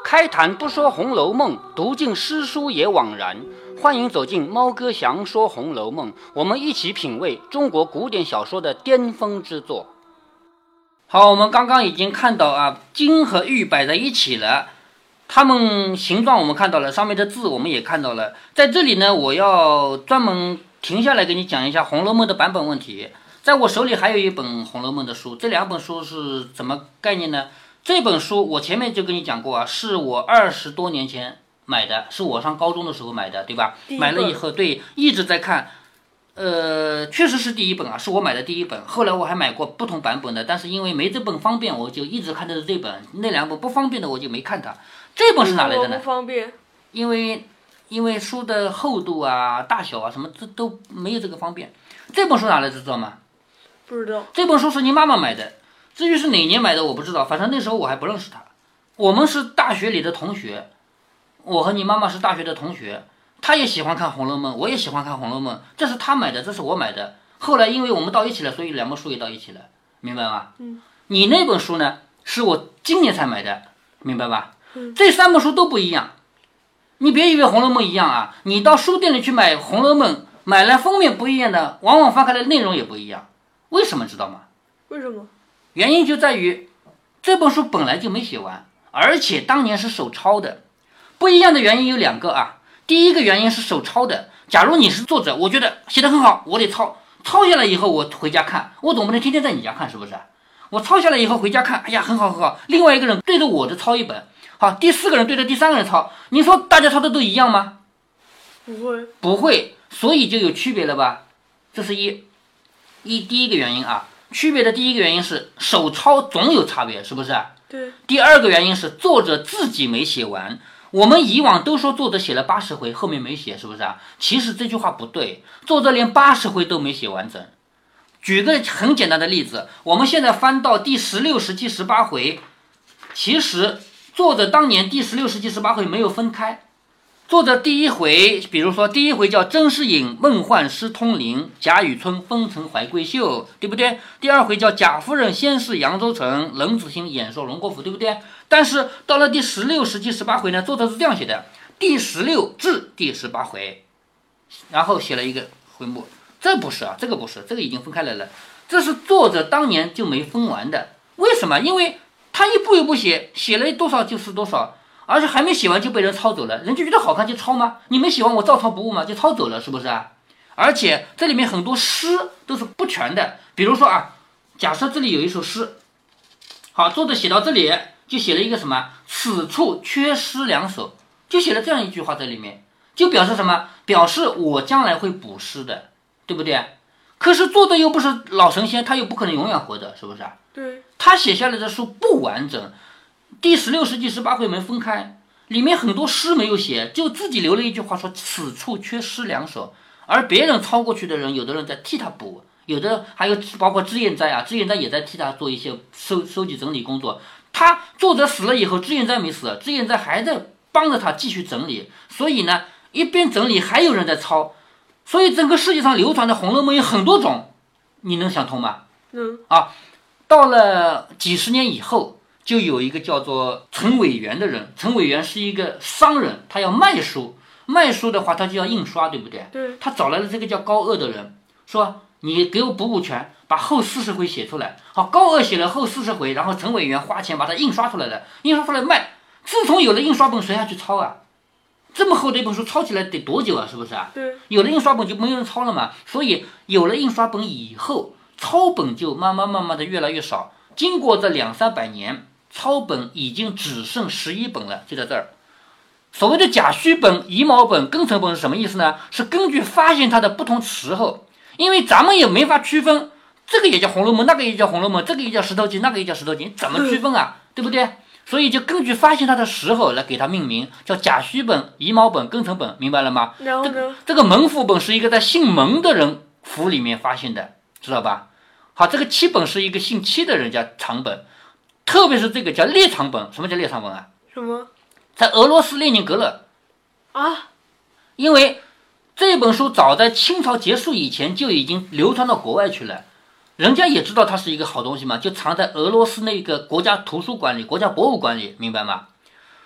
开坛不说《红楼梦》，读尽诗书也枉然。欢迎走进猫哥祥说《红楼梦》，我们一起品味中国古典小说的巅峰之作。好，我们刚刚已经看到啊，金和玉摆在一起了，它们形状我们看到了，上面的字我们也看到了。在这里呢，我要专门停下来给你讲一下《红楼梦》的版本问题。在我手里还有一本《红楼梦》的书，这两本书是怎么概念呢？这本书我前面就跟你讲过啊，是我20多年前买的，是我上高中的时候买的，对吧？买了以后，对，一直在看。确实是第一本啊，是我买的第一本。后来我还买过不同版本的，但是因为没这本方便，我就一直看的是这本。那两本不方便的我就没看它。这本是哪来的呢？ 不方便， 因为书的厚度啊、大小啊什么，这都没有这个方便。这本书哪来的知道吗？ 不知道。 这本书是你妈妈买的，至于是哪年买的我不知道，反正那时候我还不认识她。我们是大学里的同学，我和你妈妈是大学的同学。她也喜欢看《红楼梦》，我也喜欢看《红楼梦》，这是她买的，这是我买的。后来因为我们到一起了，所以两本书也到一起了，明白吗？你那本书呢，是我今年才买的，明白吧？这三本书都不一样。你别以为《红楼梦》一样啊，你到书店里去买《红楼梦》，买来封面不一样的，往往翻开来内容也不一样。为什么知道吗？ 为什么？ 原因就在于这本书本来就没写完，而且当年是手抄的。不一样的原因有两个啊。第一个原因是手抄的，假如你是作者，我觉得写得很好，我得抄下来以后我回家看，我总不能天天在你家看，是不是？我抄下来以后回家看，哎呀，很好很好，另外一个人对着我的抄一本，好，第四个人对着第三个人抄，你说大家抄的都一样吗？不会，所以就有区别了吧？这是第一个原因啊。区别的第一个原因是手抄总有差别，是不是？ 对。 第二个原因是作者自己没写完。我们以往都说作者写了80回，后面没写，是不是啊？其实这句话不对，作者连80回都没写完整。举个很简单的例子，我们现在翻到第16、17、18回，其实作者当年第16、17、18回没有分开。作者第一回，比如说第一回叫甄士隐梦幻诗通灵，贾雨村风尘怀闺秀，对不对？第二回叫贾夫人先是扬州城，冷子兴演说荣国府，对不对？但是到了第16、17、18回呢，作者是这样写的：第16至第18回，然后写了一个回目。这不是啊，这个不是，这个已经分开来了。这是作者当年就没分完的。为什么？因为他一步一步写，写了多少就是多少。而且还没写完就被人抄走了，人就觉得好看就抄吗？你没写完我照抄不误吗？就抄走了，是不是啊？而且这里面很多诗都是不全的，比如说啊，假设这里有一首诗，好，作者写到这里就写了一个什么，此处缺诗2首，就写了这样一句话在里面，就表示什么？表示我将来会补诗的，对不对？可是作者又不是老神仙，他又不可能永远活着，是不是啊？ 对， 他写下来的书不完整。第16、17、18回没分开，里面很多诗没有写，就自己留了一句话说此处缺诗2首，而别人抄过去的人，有的人在替他补，有的还有包括脂砚斋啊，脂砚斋也在替他做一些收集整理工作。他作者死了以后，脂砚斋没死，脂砚斋还在帮着他继续整理，所以呢，一边整理还有人在抄，所以整个世界上流传的《红楼梦》有很多种，你能想通吗？到了几十年以后。就有一个叫做陈伟元的人，陈伟元是一个商人，他要卖书，卖书的话他就要印刷，对不对？ 对。 他找来了这个叫高鹗的人，说你给我补全，把后40回写出来。好，高鹗写了后40回，然后陈伟元花钱把它印刷出来了，印刷出来卖。自从有了印刷本，谁还去抄啊？这么厚的一本书抄起来得多久啊？是不是啊？ 对。 有了印刷本就没有人抄了嘛，所以有了印刷本以后，抄本就慢慢的越来越少。经过这200-300年。抄本已经只剩11本了，就在这儿。所谓的甲戌本、乙卯本、庚辰本是什么意思呢？是根据发现它的不同时候，因为咱们也没法区分，这个也叫《红楼梦》，那个也叫《红楼梦》，这个也叫《石头记》，那个也叫《石头记》，怎么区分啊？对不对？所以就根据发现它的时候来给它命名，叫甲戌本、乙卯本、庚辰本，明白了吗？ 然后呢？ 这个蒙府本是一个在姓蒙的人府里面发现的，知道吧？好，这个七本是一个姓七的人家藏本。特别是这个叫列藏本，什么叫列藏本啊？ 什么？ 在俄罗斯列宁格勒啊， 因为这本书早在清朝结束以前就已经流传到国外去了，人家也知道它是一个好东西嘛，就藏在俄罗斯那个国家图书馆里、国家博物馆里，明白吗？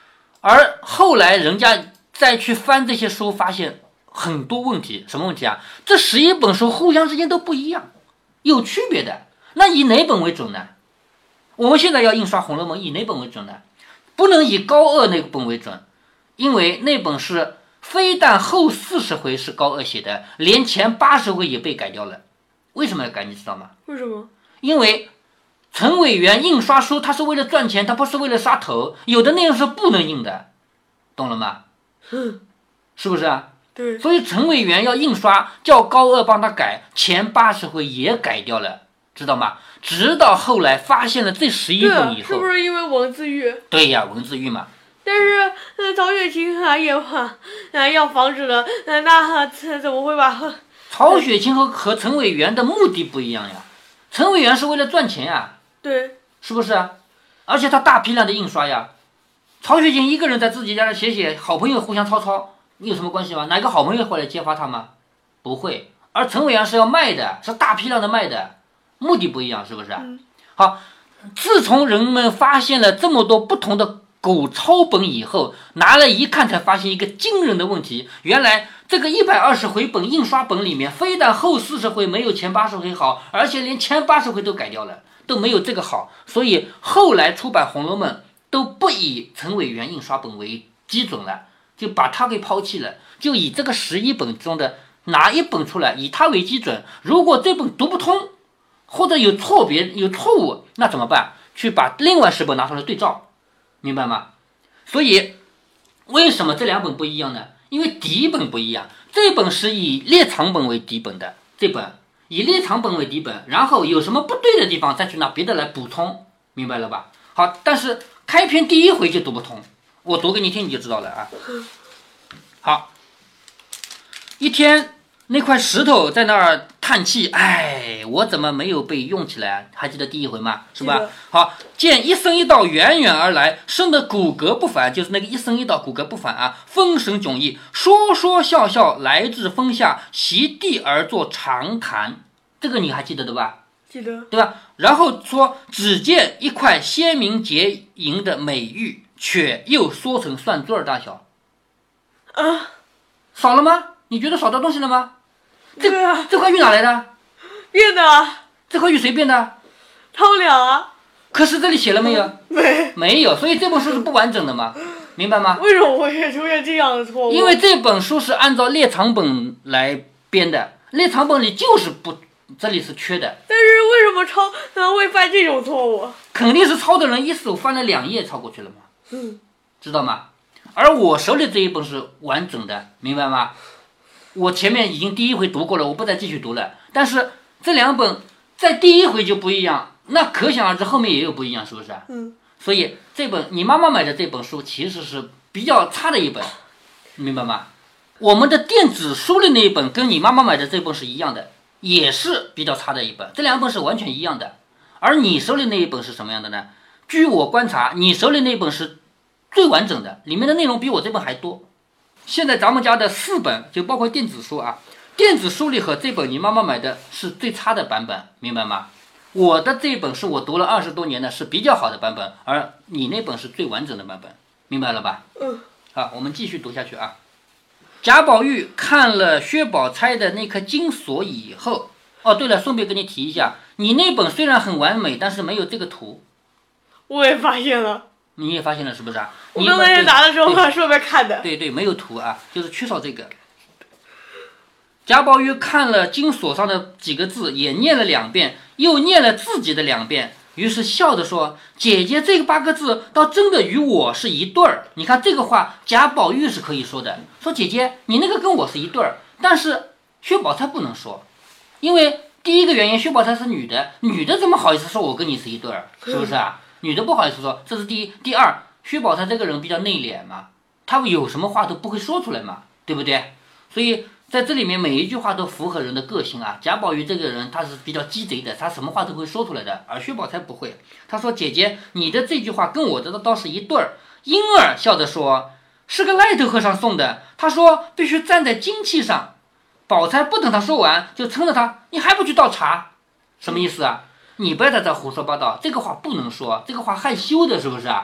而后来人家再去翻这些书，发现很多问题。什么问题啊？这11本书互相之间都不一样，有区别的。那以哪本为准呢？我们现在要印刷《红楼梦》，以哪本为准呢？不能以高鹗那本为准，因为那本是非但后40回是高鹗写的，连前80回也被改掉了。为什么要改？你知道吗？ 为什么？ 因为陈伟元印刷书，他是为了赚钱，他不是为了杀头，有的内容是不能印的，懂了吗？是不是啊？ 对。 所以陈伟元要印刷，叫高鹗帮他改，前80回也改掉了，知道吗？直到后来发现了这11本以后， 是不是因为文字狱？ 对呀，文字狱嘛。 但是曹雪芹也要防止了，那怎么会把？ 曹雪芹和陈伟元的目的不一样呀，陈伟元是为了赚钱呀， 对， 是不是啊？而且他大批量的印刷呀，曹雪芹一个人在自己家里写，好朋友互相抄，你有什么关系吗？哪个好朋友会来揭发他吗？不会。而陈伟元是要卖的，是大批量的卖的，目的不一样，是不是？好，自从人们发现了这么多不同的狗抄本以后，拿来一看才发现一个惊人的问题，原来这个120回本印刷本里面，非但后40回没有前80回好，而且连前80回都改掉了，都没有这个好。所以后来出版《红楼梦》都不以陈伟元印刷本为基准了，就把它给抛弃了，就以这个11本中的拿一本出来，以它为基准。如果这本读不通，或者有错误，那怎么办？去把另外10本拿出来对照，明白吗？所以为什么这2本不一样呢？因为底本不一样，这本是以列藏本为底本的，这本以列藏本为底本，然后有什么不对的地方再去拿别的来补充，明白了吧？好，但是开篇第1回就读不通，我读给你听你就知道了啊。好，一天那块石头在那儿叹气，哎，我怎么没有被用起来？还记得第1回吗？是吧？好，见一僧一道远远而来，生得骨骼不凡，就是那个一僧一道骨骼不凡啊，风神迥异，说说笑笑，来至峰下，席地而坐长谈。这个你还记得的吧？ 记得， 对吧？然后说，只见一块鲜明洁莹的美玉，却又缩成蒜坠大小。 啊， 少了吗？你觉得少到东西了吗？ 对啊， 这块玉哪来的？ 变的啊， 这块玉谁变的？ 他们俩啊。 可是这里写了没有？没有，所以这本书是不完整的嘛，明白吗？ 为什么会出现这样的错误？ 因为这本书是按照列藏本来编的，列藏本里就是不，这里是缺的。 但是为什么抄会犯这种错误？ 肯定是抄的人一手翻了2页抄过去了嘛，知道吗？而我手里这一本是完整的，明白吗？我前面已经第1回读过了，我不再继续读了。但是这2本在第1回就不一样，那可想而知后面也有不一样，是不是？所以这本你妈妈买的这本书其实是比较差的一本，明白吗？我们的电子书的那一本跟你妈妈买的这本是一样的，也是比较差的一本，这2本是完全一样的。而你手里那一本是什么样的呢？据我观察，你手里那本是最完整的，里面的内容比我这本还多。现在咱们家的4本就包括电子书啊，电子书里和这本你妈妈买的是最差的版本，明白吗？我的这本是我读了20多年的，是比较好的版本，而你那本是最完整的版本，明白了吧？好，我们继续读下去啊。贾宝玉看了薛宝钗的那颗金锁以后，哦，对了，顺便跟你提一下，你那本虽然很完美，但是没有这个图。 我也发现了。 你也发现了是不是啊？ 我刚才拿的时候顺便看的。 对，没有图啊，就是缺少这个。贾宝玉看了金锁上的几个字，也念了2遍，又念了自己的2遍，于是笑着说：“姐姐这8个字倒真的与我是一对儿。”你看这个话，贾宝玉是可以说的，说姐姐你那个跟我是一对儿，但是薛宝钗不能说，因为第一个原因，薛宝钗是女的，女的怎么好意思说我跟你是一对儿，是不是啊？女的不好意思说，这是第一。第二，薛宝钗这个人比较内敛嘛，她有什么话都不会说出来嘛，对不对？所以在这里面每一句话都符合人的个性啊。贾宝玉这个人他是比较鸡贼的，他什么话都会说出来的，而薛宝钗不会。他说：“姐姐，你的这句话跟我的倒是一对儿。”婴儿笑着说：“是个赖头和尚送的，他说必须站在金器上。”宝钗不等他说完，就嗔了他：“你还不去倒茶？什么意思啊？你不要在这胡说八道，这个话不能说，这个话害羞的，是不是啊？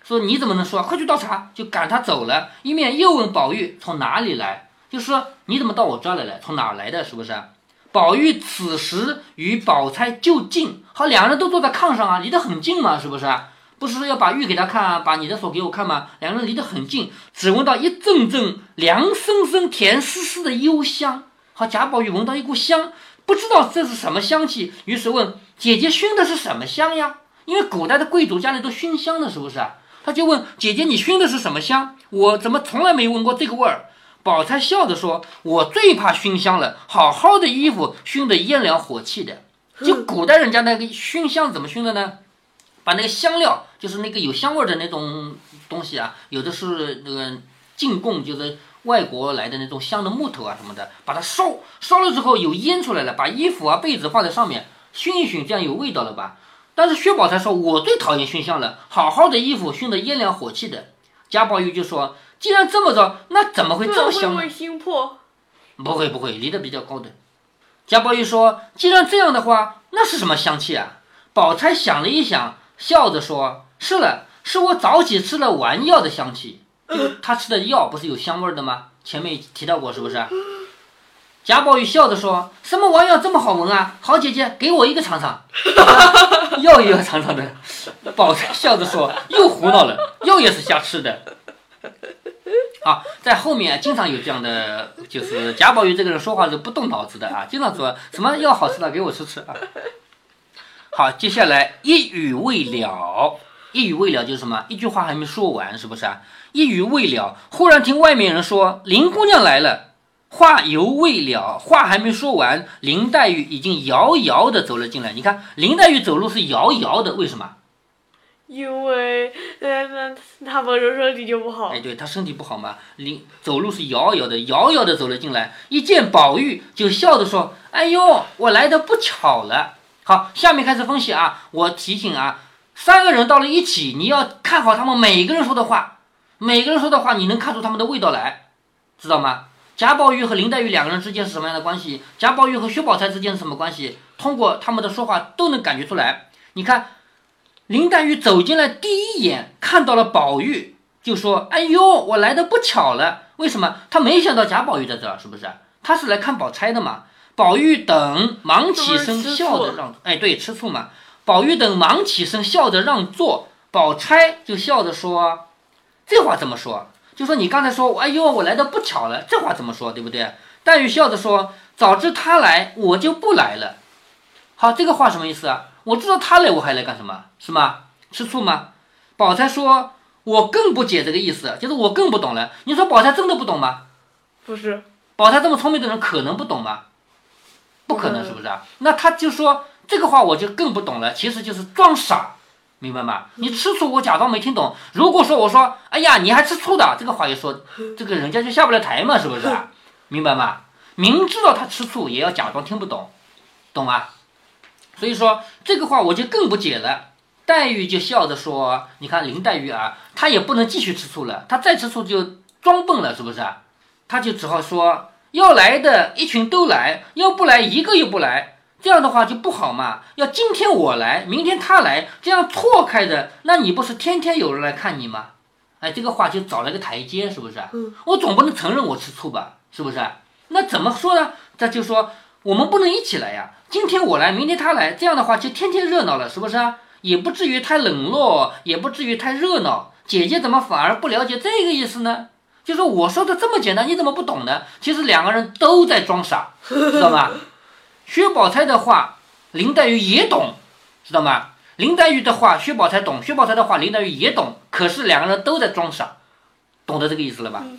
说你怎么能说？快去倒茶，就赶他走了。一面又问宝玉从哪里来，就是说你怎么到我这儿来了？从哪儿来的？是不是？宝玉此时与宝钗就近，好，两人都坐在炕上啊，离得很近嘛，是不是？不是说要把玉给他看啊，把你的手给我看吗？两人离得很近，只闻到一阵阵凉森森、甜丝丝的幽香。好，贾宝玉闻到一股香，不知道这是什么香气，于是问姐姐熏的是什么香呀？因为古代的贵族家里都熏香的，是不是啊？他就问姐姐你熏的是什么香？我怎么从来没闻过这个味儿？宝钗笑着说：“我最怕熏香了，好好的衣服熏得烟凉火气的。就古代人家那个熏香怎么熏的呢？把那个香料，就是那个有香味的那种东西啊，有的是那个进贡，就是外国来的那种香的木头啊什么的，把它烧了之后有烟出来了，把衣服啊被子放在上面熏一熏，这样有味道了吧？但是薛宝钗说：我最讨厌熏香了，好好的衣服熏得烟凉火气的。贾宝玉就说。”既然这么着，那怎么会这么香呢？ 会心破？ 不会，离得比较高的。贾宝玉说：“既然这样的话，那是什么香气啊？”宝钗想了一想，笑着说：“是了，是我早起吃了丸药的香气。他吃的药不是有香味的吗？前面提到过，是不是？”贾宝玉笑着说：“什么丸药这么好闻啊？好姐姐，给我一个尝尝。药也要尝尝的。”宝钗笑着说：“又胡闹了，药也是瞎吃的。”啊，在后面经常有这样的，就是贾宝玉这个人说话是不动脑子的啊，经常说什么药好吃的给我吃啊。好，接下来一语未了，一语未了就是什么？一句话还没说完，是不是啊？一语未了，忽然听外面人说林姑娘来了，话犹未了，话还没说完，林黛玉已经摇摇的走了进来。你看林黛玉走路是摇摇的，为什么？ 因为他本身身体就不好。 哎，对，他身体不好嘛，走路是摇摇的走了进来，一见宝玉就笑着说：“哎呦，我来的不巧了。”好，下面开始分析啊，我提醒啊，三个人到了一起，你要看好他们每个人说的话，你能看出他们的味道来，知道吗？贾宝玉和林黛玉两个人之间是什么样的关系？贾宝玉和薛宝钗之间是什么关系？通过他们的说话都能感觉出来。你看。林黛玉走进来第一眼看到了宝玉，就说：“哎呦，我来的不巧了。”为什么？他没想到贾宝玉在这儿，是不是？他是来看宝钗的嘛。宝玉等忙起身笑着让，哎，对，吃醋嘛。宝玉等忙起身笑着让座，宝钗就笑着说：“这话怎么说？就说你刚才说，哎呦，我来的不巧了，这话怎么说？对不对？”黛玉笑着说：“早知他来，我就不来了。”好，这个话什么意思啊？我知道他来，我还来干什么？是吗？吃醋吗？宝钗说：“我更不解这个意思，就是我更不懂了。”你说宝钗真的不懂吗？ 不是。 宝钗这么聪明的人，可能不懂吗？不可能，是不是啊？那他就说这个话，我就更不懂了。其实就是装傻，明白吗？你吃醋，我假装没听懂。如果说我说：“哎呀，你还吃醋的？”这个话一说，这个人家就下不了台嘛，是不是啊？明白吗？明知道他吃醋，也要假装听不懂，懂吗？所以说这个话我就更不解了。黛玉就笑着说：“你看林黛玉啊，她也不能继续吃醋了，她再吃醋就装笨了，是不是啊？她就只好说：要来的一群都来，要不来一个也不来，这样的话就不好嘛。要今天我来，明天他来，这样错开的，那你不是天天有人来看你吗？哎，这个话就找了个台阶，是不是？我总不能承认我吃醋吧，是不是？那怎么说呢？他就说我们不能一起来呀。今天我来，明天他来，这样的话就天天热闹了，是不是啊？也不至于太冷落，也不至于太热闹。姐姐怎么反而不了解这个意思呢？就说我说的这么简单，你怎么不懂呢？其实两个人都在装傻，知道吗？薛宝钗的话，林黛玉也懂，知道吗？林黛玉的话，薛宝钗懂；薛宝钗的话，林黛玉也懂。可是两个人都在装傻，懂得这个意思了吧？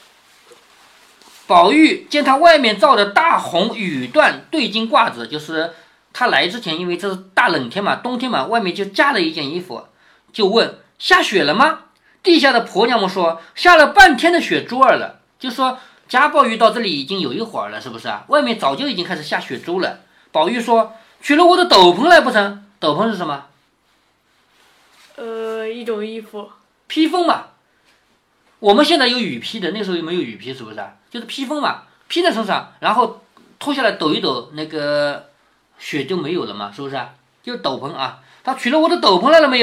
宝玉见他外面罩着大红羽缎对襟褂子，就是他来之前，因为这是大冷天嘛，冬天嘛，外面就加了一件衣服，就问下雪了吗？地下的婆娘们说下了半天的雪珠儿了，就说贾宝玉到这里已经有一会儿了，是不是啊？外面早就已经开始下雪珠了。宝玉说取了我的斗篷来不成？斗篷是什么？ 一种衣服， 披风嘛。我们现在有雨披的，那时候又没有雨披，是不是啊？就是披风嘛，披在身上，然后脱下来抖一抖，那个雪就没有了嘛，是不是啊？就是斗篷啊。他取了我的斗篷来了没有？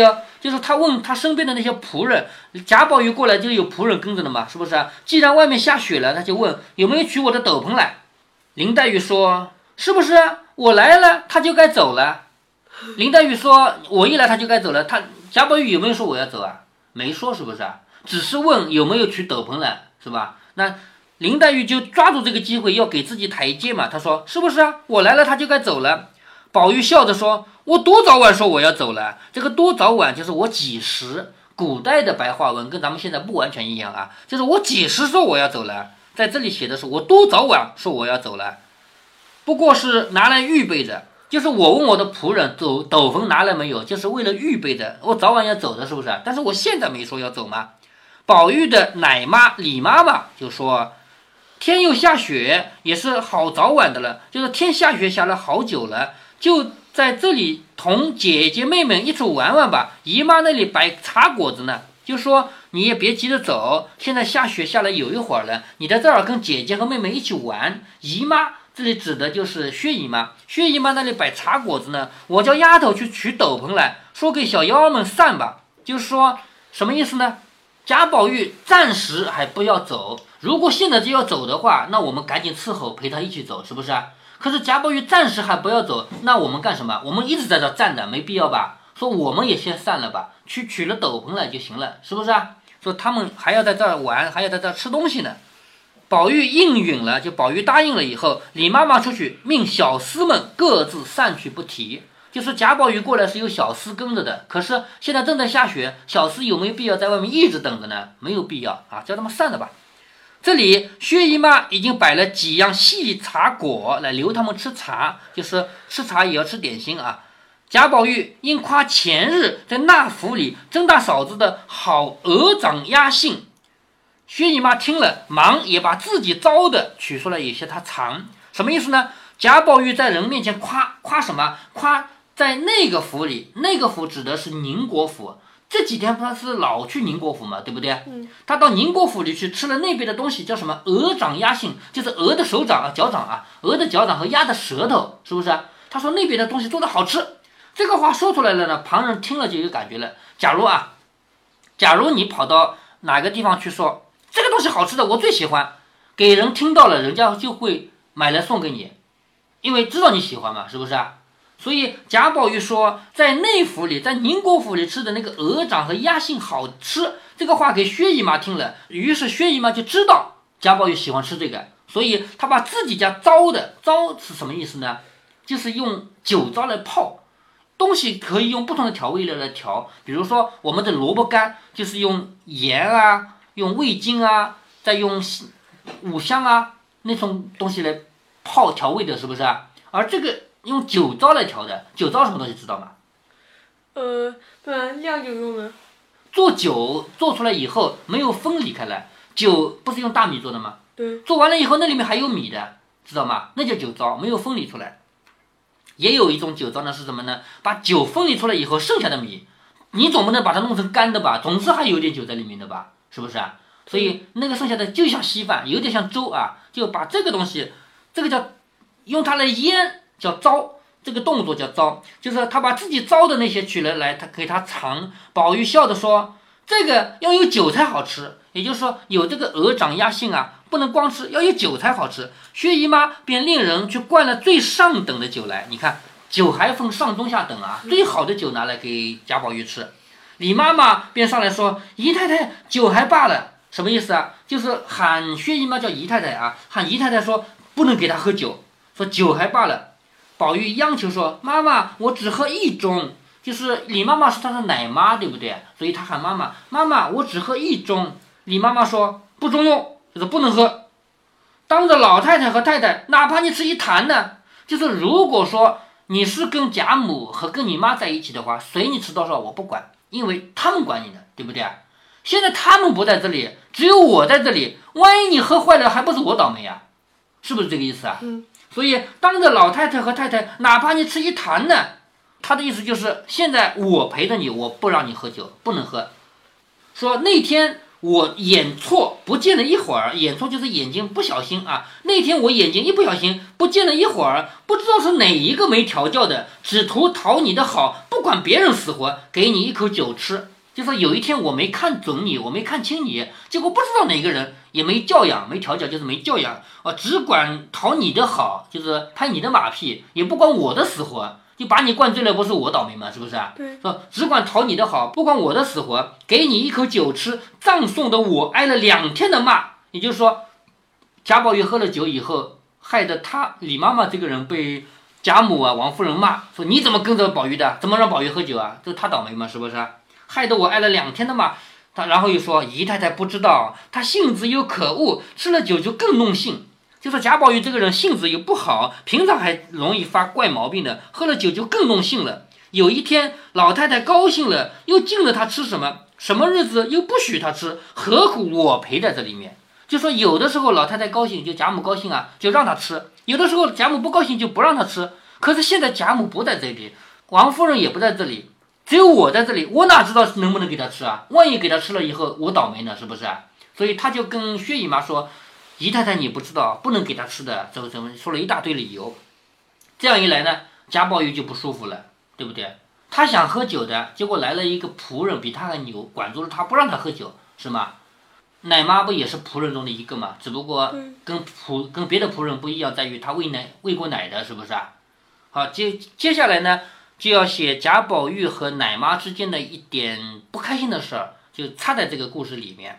就是他问他身边的那些仆人，贾宝玉过来就有仆人跟着的嘛，是不是？既然外面下雪了，他就问有没有取我的斗篷来。林黛玉说是不是我来了他就该走了？林黛玉说我一来他就该走了。贾宝玉有没有说我要走啊？没说，是不是？只是问有没有取斗篷来，是吧？那林黛玉就抓住这个机会要给自己台阶嘛，她说是不是啊？我来了他就该走了。宝玉笑着说我多早晚说我要走了，这个多早晚就是我几时，古代的白话文跟咱们现在不完全一样啊，就是我几时说我要走了，在这里写的是我多早晚说我要走了，不过是拿来预备着，就是我问我的仆人斗篷拿了没有，就是为了预备着我早晚要走的，是不是？但是我现在没说要走吗？宝玉的奶妈李妈妈就说天又下雪，也是好早晚的了，就是天下雪下了好久了，就在这里同姐姐妹妹一处玩玩吧。姨妈那里摆茶果子呢，就说你也别急着走，现在下雪下了有一会儿了，你在这儿跟姐姐和妹妹一起玩。姨妈这里指的就是薛姨妈，薛姨妈那里摆茶果子呢，我叫丫头去取斗篷来，说给小妖儿们散吧。就是说什么意思呢？贾宝玉暂时还不要走，如果现在就要走的话，那我们赶紧伺候陪他一起走，是不是啊？可是贾宝玉暂时还不要走，那我们干什么？我们一直在这站着，没必要吧？说我们也先散了吧，去取了斗篷来就行了，是不是啊？说他们还要在这儿玩，还要在这儿吃东西呢。宝玉应允了，就宝玉答应了以后，李妈妈出去命小厮们各自散去不提。就是贾宝玉过来是有小厮跟着的，可是现在正在下雪，小厮有没有必要在外面一直等着呢？没有必要啊，叫他们散了吧。这里薛姨妈已经摆了几样细茶果来留他们吃茶，就是吃茶也要吃点心啊。贾宝玉因夸前日在那府里甄大嫂子的好鹅掌鸭杏，薛姨妈听了，忙也把自己糟的取出来有些他尝。什么意思呢？贾宝玉在人面前夸什么？夸在那个府里，那个府指的是宁国府。这几天他是老去宁国府嘛，对不对？他到宁国府里去吃了那边的东西，叫什么鹅掌鸭杏，就是鹅的手掌啊、脚掌啊，鹅的脚掌和鸭的舌头，是不是？他说那边的东西做的好吃，这个话说出来了呢，旁人听了就有感觉了。假如你跑到哪个地方去说这个东西好吃的，我最喜欢，给人听到了，人家就会买来送给你，因为知道你喜欢嘛，是不是啊？所以贾宝玉说在内府里，在宁国府里吃的那个鹅掌和鸭杏好吃，这个话给薛姨妈听了，于是薛姨妈就知道贾宝玉喜欢吃这个，所以他把自己家糟是什么意思呢？就是用酒糟来泡东西，可以用不同的调味料来调，比如说我们的萝卜干就是用盐啊，用味精啊，再用五香啊那种东西来泡调味的，是不是啊？而这个用酒糟来调的，酒糟什么东西知道吗？ 酿酒用的。 做酒做出来以后没有分离开来，酒不是用大米做的吗？ 对。 做完了以后那里面还有米的，知道吗？那叫酒糟，没有分离出来。也有一种酒糟呢是什么呢？把酒分离出来以后剩下的米，你总不能把它弄成干的吧？总是还有点酒在里面的吧？是不是啊？所以那个剩下的就像稀饭，有点像粥啊，就把这个东西，这个叫用它来腌。叫糟，这个动作叫糟，就是他把自己糟的那些取了来，他给他尝。宝玉笑着说：“这个要有酒才好吃，也就是说有这个鹅掌鸭杏啊，不能光吃，要有酒才好吃。”薛姨妈便令人去灌了最上等的酒来，你看酒还分上中下等啊，最好的酒拿来给贾宝玉吃。李妈妈便上来说：“姨太太，酒还罢了。”什么意思啊？就是喊薛姨妈叫姨太太啊，喊姨太太说不能给她喝酒，说酒还罢了。宝玉央求说：“妈妈，我只喝一盅。”就是李妈妈是她的奶妈，对不对？所以她喊妈妈：“妈妈，我只喝一盅。”李妈妈说：“不中用，就是不能喝。当着老太太和太太，哪怕你吃一坛呢，就是如果说你是跟贾母和跟你妈在一起的话，随你吃多少我不管，因为他们管你的，对不对？现在他们不在这里，只有我在这里，万一你喝坏了，还不是我倒霉啊？是不是这个意思啊？”所以当着老太太和太太，哪怕你吃一坛呢，他的意思就是现在我陪着你，我不让你喝酒，不能喝。说那天我眼错不见了一会儿，演错就是眼睛不小心啊。那天我眼睛一不小心不见了一会儿，不知道是哪一个没调教的，只图讨你的好，不管别人死活，给你一口酒吃。就说有一天我没看准你，我没看清你，结果不知道哪个人也没教养，没调教就是没教养啊，只管讨你的好，就是拍你的马屁，也不管我的死活，就把你灌醉了，不是我倒霉吗？是不是啊？ 对， 说只管讨你的好，不管我的死活，给你一口酒吃，葬送的我挨了2天的骂。也就是说，贾宝玉喝了酒以后，害得他李妈妈这个人被贾母啊、王夫人骂，说你怎么跟着宝玉的？怎么让宝玉喝酒啊？这他倒霉吗？是不是？害得我挨了2天的骂。他然后又说，姨太太不知道，他性子又可恶，吃了酒就更弄性。就说贾宝玉这个人性子又不好，平常还容易发怪毛病的，喝了酒就更弄性了。有一天老太太高兴了，又禁了他吃什么，什么日子又不许他吃，何苦我陪在这里面？就说有的时候老太太高兴，就贾母高兴啊，就让他吃；有的时候贾母不高兴，就不让他吃。可是现在贾母不在这里，王夫人也不在这里，只有我在这里，我哪知道能不能给他吃啊？万一给他吃了以后，我倒霉呢，是不是啊？所以他就跟薛姨妈说，姨太太你不知道，不能给他吃的，怎么说了一大堆理由。这样一来呢，贾宝玉就不舒服了，对不对？他想喝酒的，结果来了一个仆人比他还牛，管住了他，不让他喝酒，是吗？奶妈不也是仆人中的一个嘛？只不过跟别的仆人不一样，在于他喂过奶的，是不是啊？好，接下来呢，就要写贾宝玉和奶妈之间的一点不开心的事儿，就插在这个故事里面。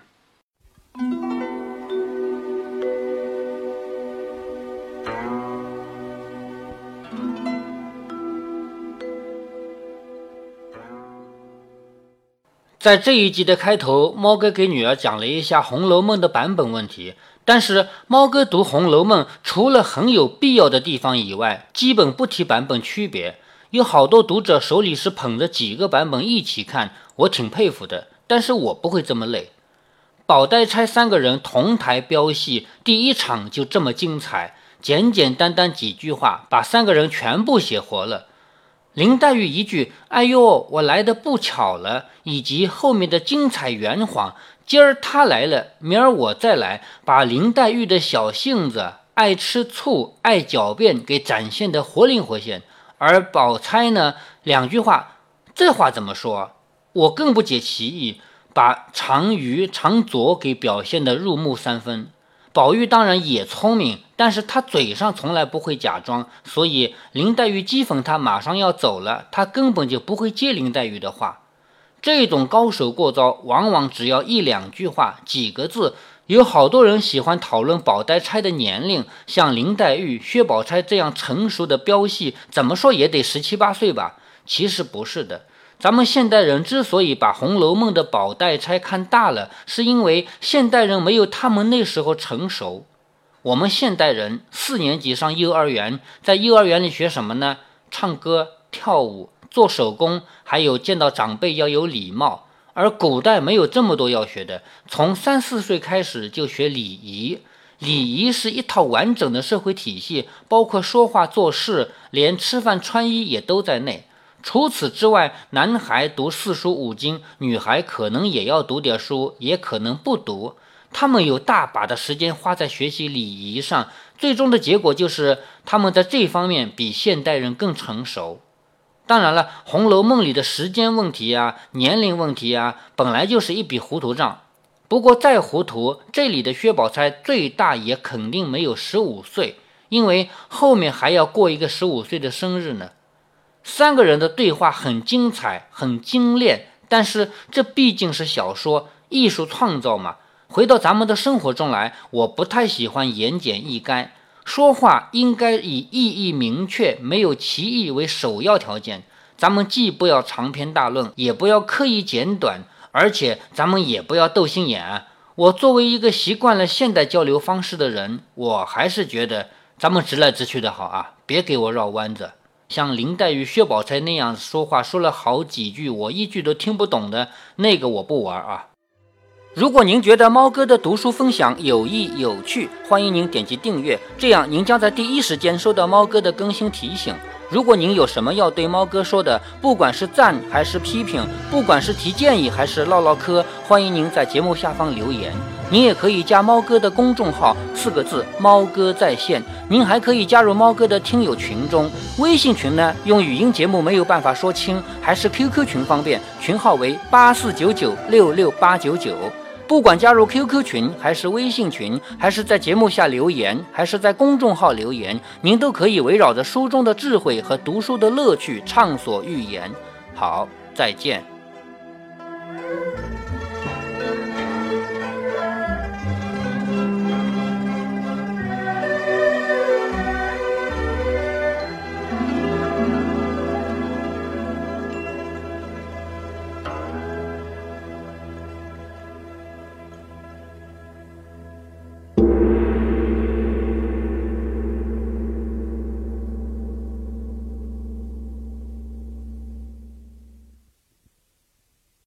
在这一集的开头，猫哥给女儿讲了一下《红楼梦》的版本问题，但是猫哥读《红楼梦》除了很有必要的地方以外，基本不提版本区别。有好多读者手里是捧着几个版本一起看，我挺佩服的，但是我不会这么累。宝黛钗3个人同台飙戏，第一场就这么精彩，简简单单几句话把3个人全部写活了。林黛玉一句哎呦我来的不巧了，以及后面的精彩圆谎，今儿他来了明儿我再来，把林黛玉的小性子爱吃醋爱狡辩给展现得活灵活现。而宝钗呢，2句话，这话怎么说？我更不解其意，把常愚常拙给表现得入木3分。宝玉当然也聪明，但是他嘴上从来不会假装，所以林黛玉讥讽他马上要走了，他根本就不会接林黛玉的话。这种高手过招往往只要1-2句话几个字。有好多人喜欢讨论宝黛钗的年龄，像林黛玉、薛宝钗这样成熟的飙戏，怎么说也得17、18岁吧？其实不是的，咱们现代人之所以把《红楼梦》的宝黛钗看大了，是因为现代人没有他们那时候成熟。我们现代人4年级上幼儿园，在幼儿园里学什么呢？唱歌、跳舞、做手工，还有见到长辈要有礼貌。而古代没有这么多要学的，从3、4岁开始就学礼仪。礼仪是一套完整的社会体系，包括说话做事，连吃饭穿衣也都在内。除此之外，男孩读4书5经，女孩可能也要读点书，也可能不读。他们有大把的时间花在学习礼仪上，最终的结果就是他们在这方面比现代人更成熟。当然了，《红楼梦》里的时间问题啊、年龄问题啊，本来就是一笔糊涂账。不过再糊涂，这里的薛宝钗最大也肯定没有15岁，因为后面还要过一个15岁的生日呢。3个人的对话很精彩，很精炼，但是这毕竟是小说，艺术创造嘛。回到咱们的生活中来，我不太喜欢言简意赅。说话应该以意义明确、没有歧义为首要条件。咱们既不要长篇大论，也不要刻意简短，而且咱们也不要斗心眼。我作为一个习惯了现代交流方式的人，我还是觉得咱们直来直去的好啊，别给我绕弯子。像林黛玉、薛宝钗那样说话说了好几句我一句都听不懂的，那个我不玩啊。如果您觉得猫哥的读书分享有益有趣，欢迎您点击订阅，这样您将在第一时间收到猫哥的更新提醒。如果您有什么要对猫哥说的，不管是赞还是批评，不管是提建议还是唠唠嗑，欢迎您在节目下方留言。 您也可以加猫哥的公众号，4个字猫哥在线。您还可以加入猫哥的听友群中，微信群呢用语音节目没有办法说清，还是 QQ 群方便，群号为8499668899。不管加入 QQ 群还是微信群，还是在节目下留言，还是在公众号留言，您都可以围绕着书中的智慧和读书的乐趣畅所欲言。好，再见。